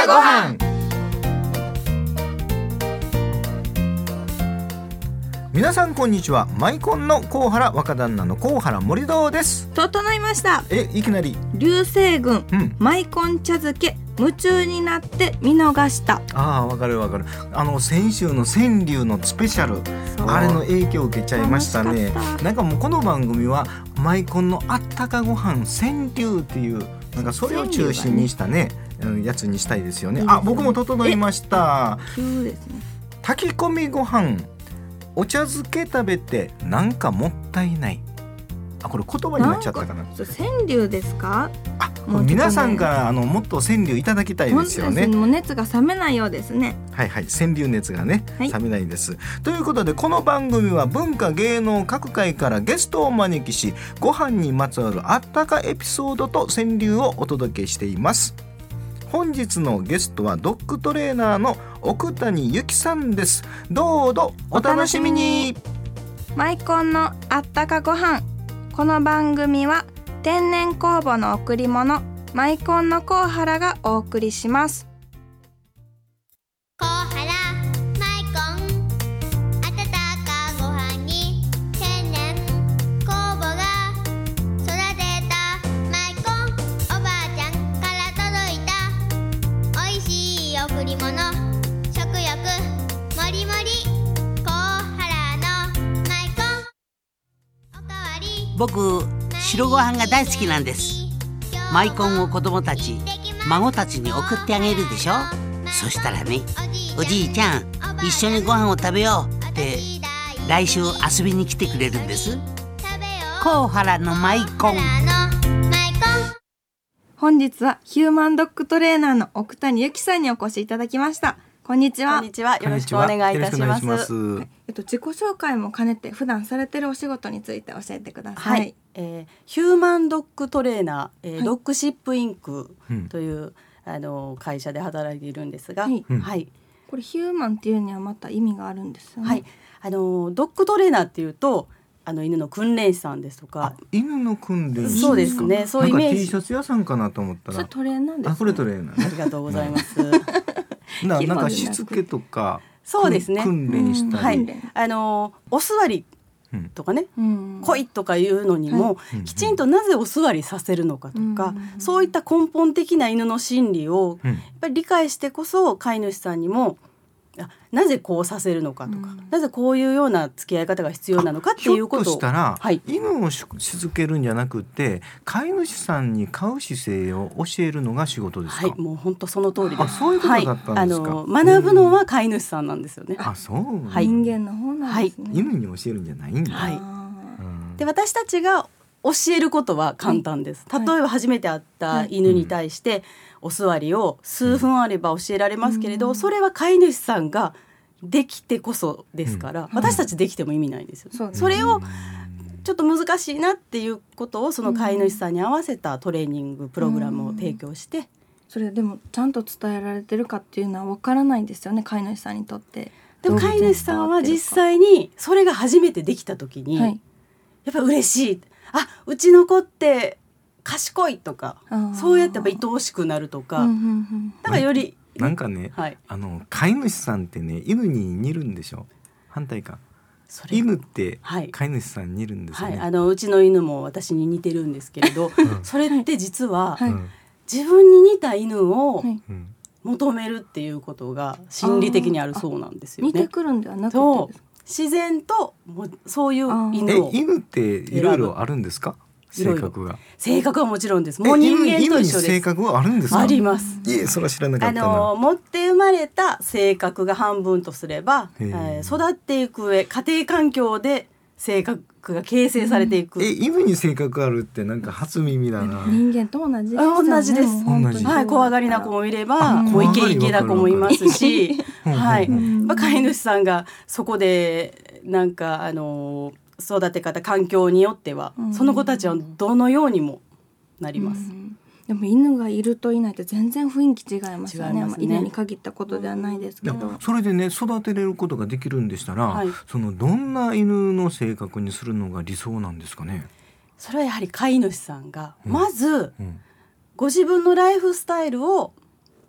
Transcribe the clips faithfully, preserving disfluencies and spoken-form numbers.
ごはん。皆さんこんにちは。マイコンの高原若旦那の高原森堂です。 整いました。 え、いきなり流星群、 うん、 マイコン茶漬け夢中になって見逃した。 ああ、わかるわかる。あの先週の川柳のスペシャル、あれの影響を受けちゃいましたね。なんかもうこの番組はマイコンのあったかご飯川柳っていう、なんかそれを中心にしたね、ねやつにしたいですよね。いいですね。あ、僕も整いました。 急ですね。 炊き込みご飯お茶漬け食べてなんかもったいない。あ、これ言葉になっちゃったかな。 川柳ですか。 あ、皆さんからあのもっと川柳いただきたいですよね。 もう熱が冷めないようですね。 はいはい、川柳熱がね、 はい、 冷めないです。ということでこの番組は文化芸能各界からゲストをお招きし、ご飯にまつわるあったかエピソードと川柳をお届けしています。本日のゲストはドッグトレーナーの奥谷由紀さんです。どうぞお楽しみに。 マイコンのあったかご飯。この番組は天然酵母の贈り物、マイコンのコウハラがお送りします。 コウハラマイコン、あたたかご飯に天然酵母が育てたマイコン、おばあちゃんから届いたおいしい贈り物、食欲もりもりコウハラのマイコン。おかわり僕、白ご飯が大好きなんです。マイコンを子供たち、孫たちに送ってあげるでしょ。そしたらね、おじいちゃん一緒にご飯を食べようって来週遊びに来てくれるんです。コウハラのマイコン。 本日はヒューマンドッグトレーナーの奥谷由紀さんにお越しいただきました。こんにちは。 こんにちは。よろしくお願いいたします。 はい、えっと、自己紹介も兼ねて普段されてるお仕事について教えてください。はい、 えー、ヒューマンドッグトレーナー、えーはい、ドッグシップインクという、うん、あの会社で働いているんですが、はいはい、 これヒューマンっていうにはまた意味があるんですよね。 はい、あのドッグトレーナーっていうとあの犬の訓練士さんですとか。 犬の訓練士。 そうですね。そういうイメージ。 なんか T シャツ屋さんかなと思ったら。 それトレーナーです、ね。 あ、これトレーナー、ね。 ありがとうございます。 な, なんかしつけとか。 そうですね。 訓練したり。 はい。あのお座りとかね、うん、来いとかいうのにも、はい、きちんとなぜお座りさせるのかとか、うん、そういった根本的な犬の心理をやっぱり理解してこそ飼い主さんにもなぜこうさせるのかとか、うん、なぜこういうような付き合い方が必要なのかっていうことを、 ひょっとしたら、 はい、 犬をしつけるんじゃなくて飼い主さんに飼う姿勢を教えるのが仕事ですか。 はい、もう本当その通りです。 あ、そういうことだったんですか。はい、あの学ぶのは飼い主さんなんですよね。 あ、そう、 はい、人間の方なんですね。 はい、犬に教えるんじゃないんだ。 はい、うん、で私たちが教えることは簡単です。はい、例えば初めて会った犬に対してお座りを数分あれば教えられますけれど、うん、それは飼い主さんができてこそですから、うん、私たちできても意味ないんですよ、うん、それをちょっと難しいなっていうことをその飼い主さんに合わせたトレーニングプログラムを提供して、うん、 それでもちゃんと伝えられてるかっていうのは分からないんですよね、飼い主さんにとって。 でも飼い主さんは実際にそれが初めてできた時に、はい、やっぱ嬉しい、あ、うちの子って賢いとかそうやってやっぱ愛おしくなるとか、うんうんうん、だからよりなんかね、はい、あの飼い主さんってね犬に似るんでしょ。反対か、犬って飼い主さんに似るんですよね。 はいはい、あのうちの犬も私に似てるんですけれど、うん、それって実は、はい、自分に似た犬を求めるっていうことが心理的にあるそうなんですよね。 似てくるんではなくてそう自然ともそういう犬を。 え、犬っていろいろあるんですか。性格が。 性格はもちろんです。もう人間と一緒です。 性格はあるんですか。 あります。 いえ、それは知らなかったな。 あの持って生まれた性格が半分とすれば、えー、育っていく上家庭環境で性格が形成されていく、 うん、え、犬に性格あるってなんか初耳だな。 人間と同じですよね。 同じです。同じ。はい、怖がりな子もいればもうイケイケな子もいますし、はい、飼い主さんがそこでなんかあの育て方環境によっては、うん、その子たちはどのようにもなります、うん、 でも犬がいるといないと全然雰囲気違いますよ ね, ますね、まあ、犬に限ったことではないですけど、 うん、それでね育てれることができるんでしたら、はい、そのどんな犬の性格にするのが理想なんですかね。 それはやはり飼い主さんがまず、うんうん、ご自分のライフスタイルを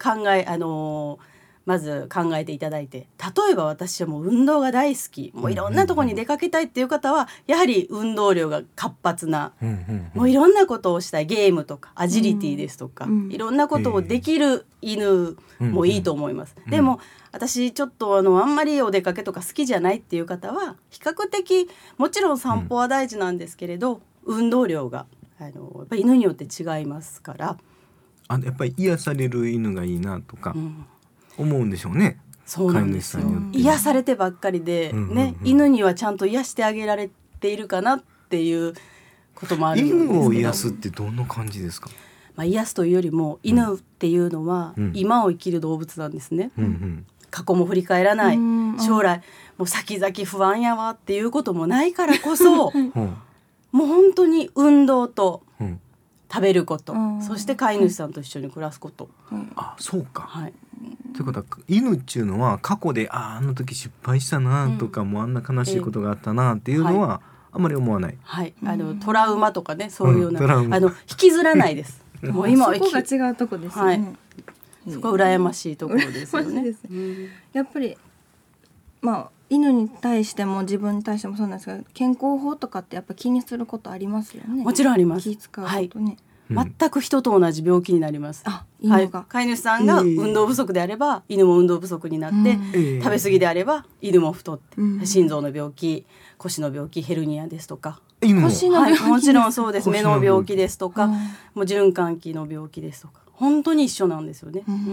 考えあのーまず考えていただいて、例えば私はもう運動が大好き、もういろんなところに出かけたいっていう方はやはり運動量が活発な、 うんうんうん、 もういろんなことをしたい、ゲームとかアジリティですとか、 うん、 いろんなことをできる犬もいいと思います、 うんうん、 でも私ちょっとあのあんまりお出かけとか好きじゃないっていう方は比較的もちろん散歩は大事なんですけれど、うん、運動量があのやっぱ犬によって違いますから、 あやっぱり癒される犬がいいなとか思うんでしょうね、 うんそうなんですよ。癒されてばっかりで、 うんうんうんね、犬にはちゃんと癒してあげられているかなっていうこともあるんですけど、 犬を癒すってどんな感じですか？ まあ、癒すというよりも犬っていうのは今を生きる動物なんですね、 うんうん、 過去も振り返らない、将来もう先々不安やわっていうこともないからこそ、うん、もう本当に運動と食べること、うん、そして飼い主さんと一緒に暮らすこと、 うん、あそうか、 はい、 ということは犬っていうのは過去で あ, あの時失敗したなとか、うん、もうあんな悲しいことがあったなっていうのはあんまり思わない、 はいはい、あのトラウマとかね、そういうような、うん、あの引きずらないですもう今はそこが違うとこですよね、 はい、そこは羨ましいところですよね、 うん、やっぱりまあ犬に対しても自分に対してもそうなんですけど、健康法とかってやっぱ気にすることありますよね。 もちろんあります。 気使うことね、 はい、全く人と同じ病気になります。 あ、犬が、 はい、飼い主さんが運動不足であれば、えー、犬も運動不足になって、えー、食べ過ぎであれば犬も太って、えー、心臓の病気、腰の病気、ヘルニアですとか、 腰の病気、 はい、もちろんそうです。目の病気ですとか、もう循環器の病気ですとか、本当に一緒なんですよね。うん、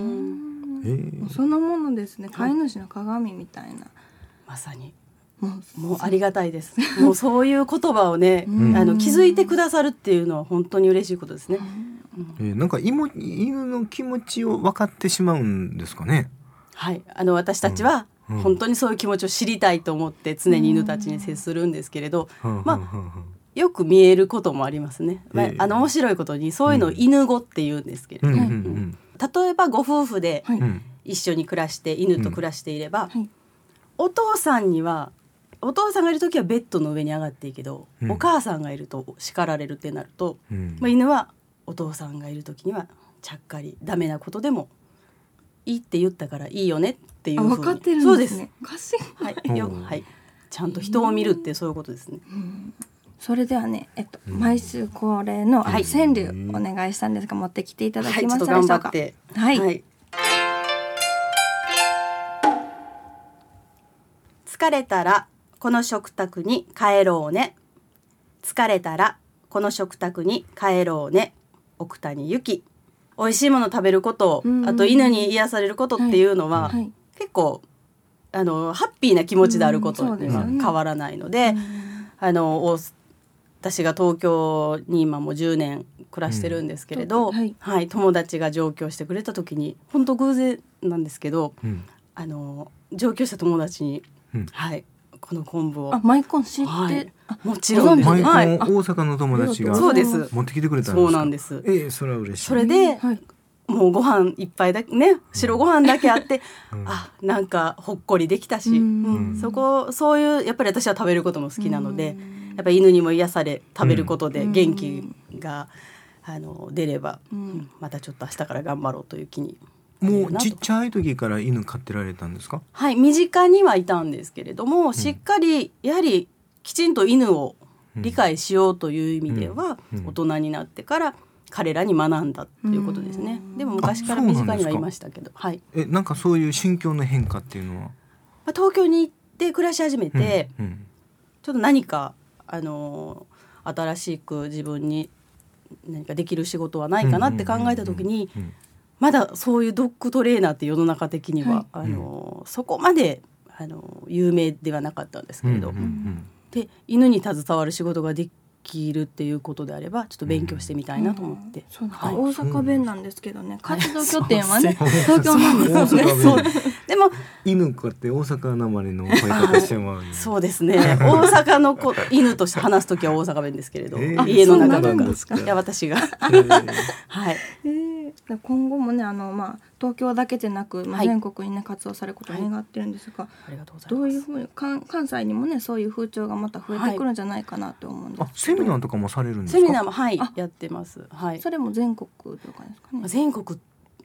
えー、そのものですね。飼い主の鏡みたいな、 まさにもう、もうありがたいです。もうそういう言葉をね、 うん、 あの気づいてくださるっていうのは本当に嬉しいことですね。 うん、えー、なんか犬の気持ちを分かってしまうんですかね。 はい、あの私たちは本当にそういう気持ちを知りたいと思って常に犬たちに接するんですけれど、うん、まあよく見えることもありますね。まあ、あの面白いことにそういうのを犬語って言うんですけれど、うんうんうん、例えばご夫婦で一緒に暮らして、犬と暮らしていれば、はい、お父さんにはお父さんがいるときはベッドの上に上がっていいけど、うん、お母さんがいると叱られるってなると、うん、まあ、犬はお父さんがいるときにはちゃっかりダメなことでもいいって言ったからいいよねっていうふうに。 分かってるんですね。 そうです、はい、よ、はい、ちゃんと人を見るってそういうことですね。 うん、それではね、えっと、毎週恒例の川柳お願いしたんですが、持ってきていただきましたでしょうか。 はい、ちょっと頑張って、 はい、 はい、疲れたらこの食卓に帰ろうね。疲れたらこの食卓に帰ろうね。奥谷由紀。美味しいもの食べること、あと犬に癒されることっていうのは、はいはい、結構あのハッピーな気持ちであることには変わらないので、あの私が東京に今もうじゅうねん暮らしてるんですけれど、うん、はいはい、友達が上京してくれた時に本当偶然なんですけど、うん、あの上京した友達に、うん、はい、この昆布をあマイコン知って、 はい、もちろんです。 マイコン、はい、大阪の友達がそうです持ってきてくれたんですか。 そうなんです。 えー、それは嬉しい。 それで、はい、もうご飯一杯だけね、白ご飯だけあって、うん、あなんかほっこりできたし、うんうん、そこそういうやっぱり私は食べることも好きなので、やっぱり犬にも癒され食べることで元気が、うん、あの出れば、うん、またちょっと明日から頑張ろうという気に。 もうちっちゃい時から犬飼ってられたんですか。 はい、身近にはいたんですけれども、うん、しっかりやはりきちんと犬を理解しようという意味では、うんうん、大人になってから彼らに学んだということですね。でも昔から身近にはいましたけど、はい、 えなんかそういう心境の変化っていうのは、まあ、東京に行って暮らし始めて、うんうん、ちょっと何かあの新しく自分に何かできる仕事はないかなって考えた時に、まだそういうドッグトレーナーって世の中的には、はい、あのそこまであの有名ではなかったんですけれど、うんうんうん、で犬に携わる仕事ができるっていうことであればちょっと勉強してみたいなと思って、 うんうん、はい、大阪弁なんですけどね、活動拠点はね東京なんですよね。そうでも犬飼って大阪なまりの声かけしてもらう。 そうですね、大阪の子犬として話すときは大阪弁ですけれど、えー、家の中とかいや私が、えー、はい、 えー、今後もねあの、まあ、東京だけでなく、まあ、全国に、ね、活動されることを願ってるんですが、はい、ありがとうございます。どういうふうに関西にもねそういう風潮がまた増えてくるんじゃないかなと思うんですけど、はい、 あセミナーとかもされるんですか。 セミナーもはいやってます、はい、 それも全国とかですかね。 全国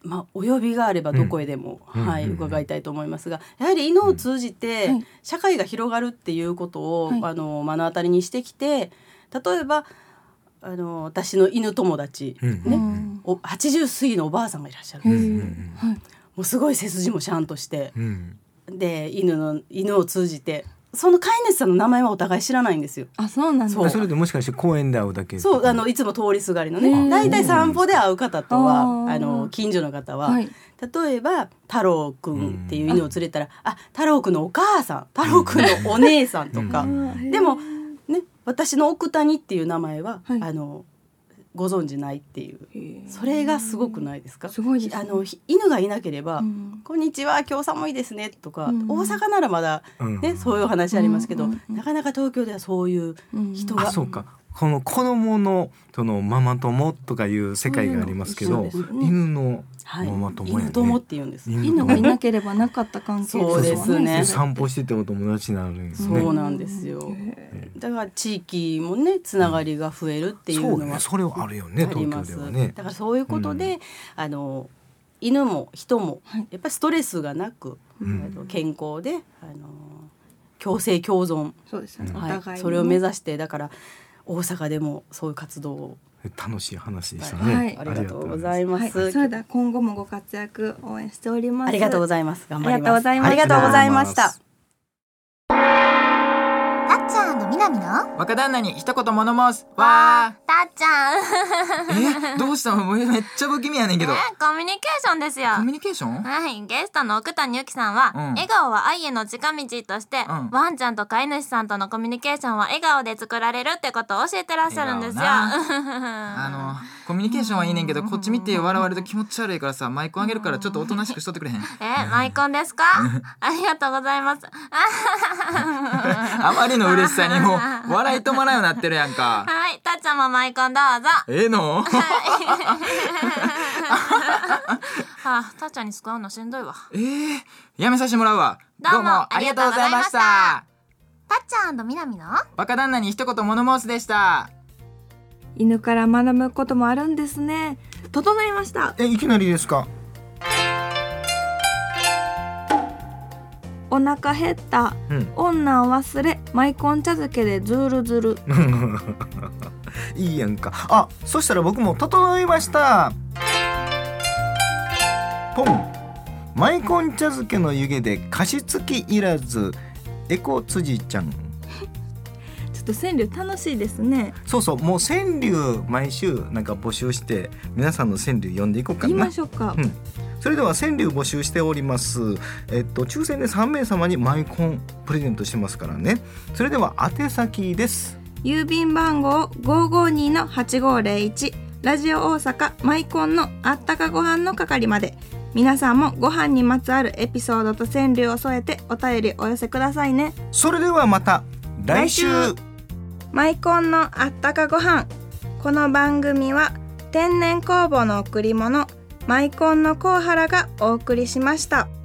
まあ、お呼びがあればどこへでも、うんはい、伺いたいと思いますが、やはり犬を通じて社会が広がるっていうことを、はい、あの目の当たりにしてきて、例えばあの私の犬友達、うんねうん、おはちじゅう過ぎのおばあさんがいらっしゃるんです、うんうん、もうすごい背筋もシャンとして、うん、で 犬, の犬を通じてその飼い主さんの名前はお互い知らないんですよ。 あ、そうなんだ。 それでもしかして公園で会うだけ。 そうあのいつも通りすがりのね、だいたい散歩で会う方とはあの近所の方は、はい、例えば太郎くんっていう犬を連れたら、うん、あ太郎くんのお母さん、太郎くんのお姉さんとか、うん、でもね私の奥谷っていう名前は、はい、あのご存じないっていう、それがすごくないですか。 すごいですね。 あの犬がいなければ、うん、こんにちは今日寒いですねとか、うん、大阪ならまだ、ねうん、そういう話ありますけど、うん、なかなか東京ではそういう人が、 うん、あそうかこの子供のそのママ友とかいう世界がありますけど、犬のママ友やね、 はい、犬友って言うんです。 犬がいなければなかった関係そうですね。 散歩しててお友達になるんですね。 そうなんですよ。だから地域もねつながりが増えるっていうのは、うんそうね、 それはあるよね東京ではね。 だからそういうことで、うん、あの犬も人もやっぱりストレスがなく、うん、健康であの共生共存、 そうですね、 はい、お互いそれを目指してだから大阪でもそういう活動を楽しい話でしたね、 はい、ありがとうございます、 はい、それでは今後もご活躍応援しております。 ありがとうございます。頑張ります。 ありがとうございます。 ありがとうございました。 たっちゃんとみなみの若旦那に一言物申すわー。 たっちゃんえどうしたのめっちゃ不気味やねんけど。 えコミュニケーションですよ。 コミュニケーション。 はい、ゲストの奥谷由紀さんは、うん、笑顔は愛への近道として、うん、ワンちゃんと飼い主さんとのコミュニケーションは笑顔で作られるってことを教えてらっしゃるんですよ。 あのコミュニケーションはいいねんけどこっち見て笑われると気持ち悪いからさ、マイコンあげるからちょっとおとなしくしとってくれへんえマイコンですかありがとうございますあまりの嬉しさにもう笑い止まらんようになってるやんか。 はい、たっちゃんもマイコンどうぞ。 ええのはあ、たっちゃんに使うのしんどいわ。 えー、やめさせてもらうわ。 どうもありがとうございました。たっちゃんとみなみの若旦那に一言物申すでした。 犬から学ぶこともあるんですね。整いました。 えいきなりですか。 お腹減った、うん、女を忘れマイコン茶漬けでズルズルいいやんか。あ、そしたら僕も整いました。ポンマイコン茶漬けの湯気で加湿器いらずエコ辻ちゃん。 ちょっと川柳楽しいですね。 そうそう、もう川柳毎週なんか募集して皆さんの川柳読んでいこうかな。 言いましょうか、 うん、それでは川柳募集しております。えっと抽選でさんめい様にマイコンプレゼントしてますからね。それでは宛先です。 郵便番号 ごーごーにーのはちごーぜろいち ラジオ大阪マイコンのあったかご飯の係まで。皆さんもご飯にまつわるエピソードと川柳を添えてお便りお寄せくださいね。 それではまた来週。 マイコンのあったかご飯。この番組は天然酵母の贈り物マイコンのコウハラがお送りしました。